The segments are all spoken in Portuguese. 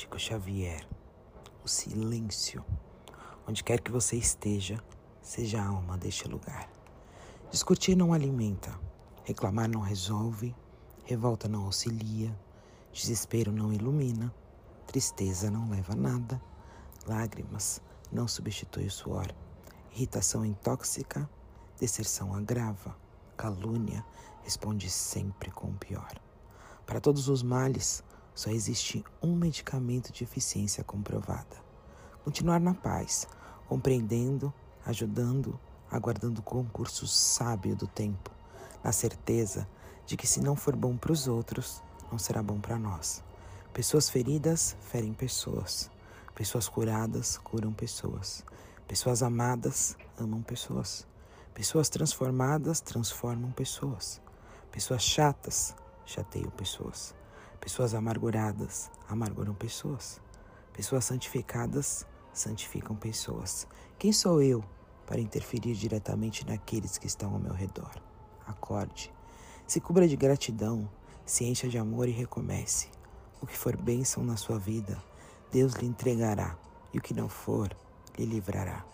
Chico Xavier. O silêncio. Onde quer que você esteja, seja a alma deste lugar. Discutir não alimenta, reclamar não resolve, revolta não auxilia, desespero não ilumina, tristeza não leva a nada, lágrimas não substitui o suor, irritação intóxica, deserção agrava, calúnia responde sempre com o pior. Para todos os males, só existe um medicamento de eficiência comprovada. Continuar na paz, compreendendo, ajudando, aguardando o concurso sábio do tempo, na certeza de que se não for bom para os outros, não será bom para nós. Pessoas feridas ferem pessoas. Pessoas curadas curam pessoas. Pessoas amadas amam pessoas. Pessoas transformadas transformam pessoas. Pessoas chatas chateiam pessoas. Pessoas amarguradas amarguram pessoas. Pessoas santificadas santificam pessoas. Quem sou eu para interferir diretamente naqueles que estão ao meu redor? Acorde, se cubra de gratidão, se encha de amor e recomece. O que for bênção na sua vida, Deus lhe entregará, e o que não for, lhe livrará.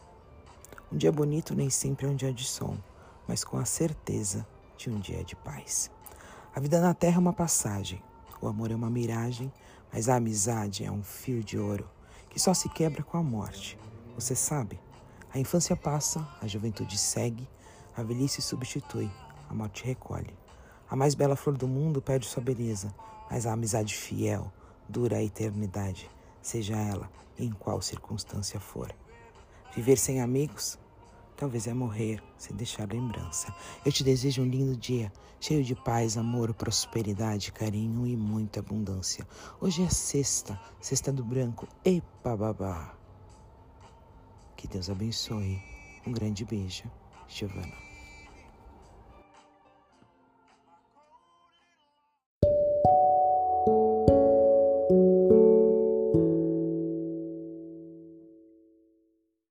Um dia bonito nem sempre é um dia de som, mas com a certeza de um dia de paz. A vida na terra é uma passagem, o amor é uma miragem, mas a amizade é um fio de ouro que só se quebra com a morte. Você sabe, a infância passa, a juventude segue, a velhice substitui, a morte recolhe. A mais bela flor do mundo perde sua beleza, mas a amizade fiel dura a eternidade, seja ela em qual circunstância for. Viver sem amigos? Talvez é morrer sem deixar lembrança. Eu te desejo um lindo dia, cheio de paz, amor, prosperidade, carinho e muita abundância. Hoje é sexta, sexta do branco. Epa babá. Que Deus abençoe. Um grande beijo, Giovana.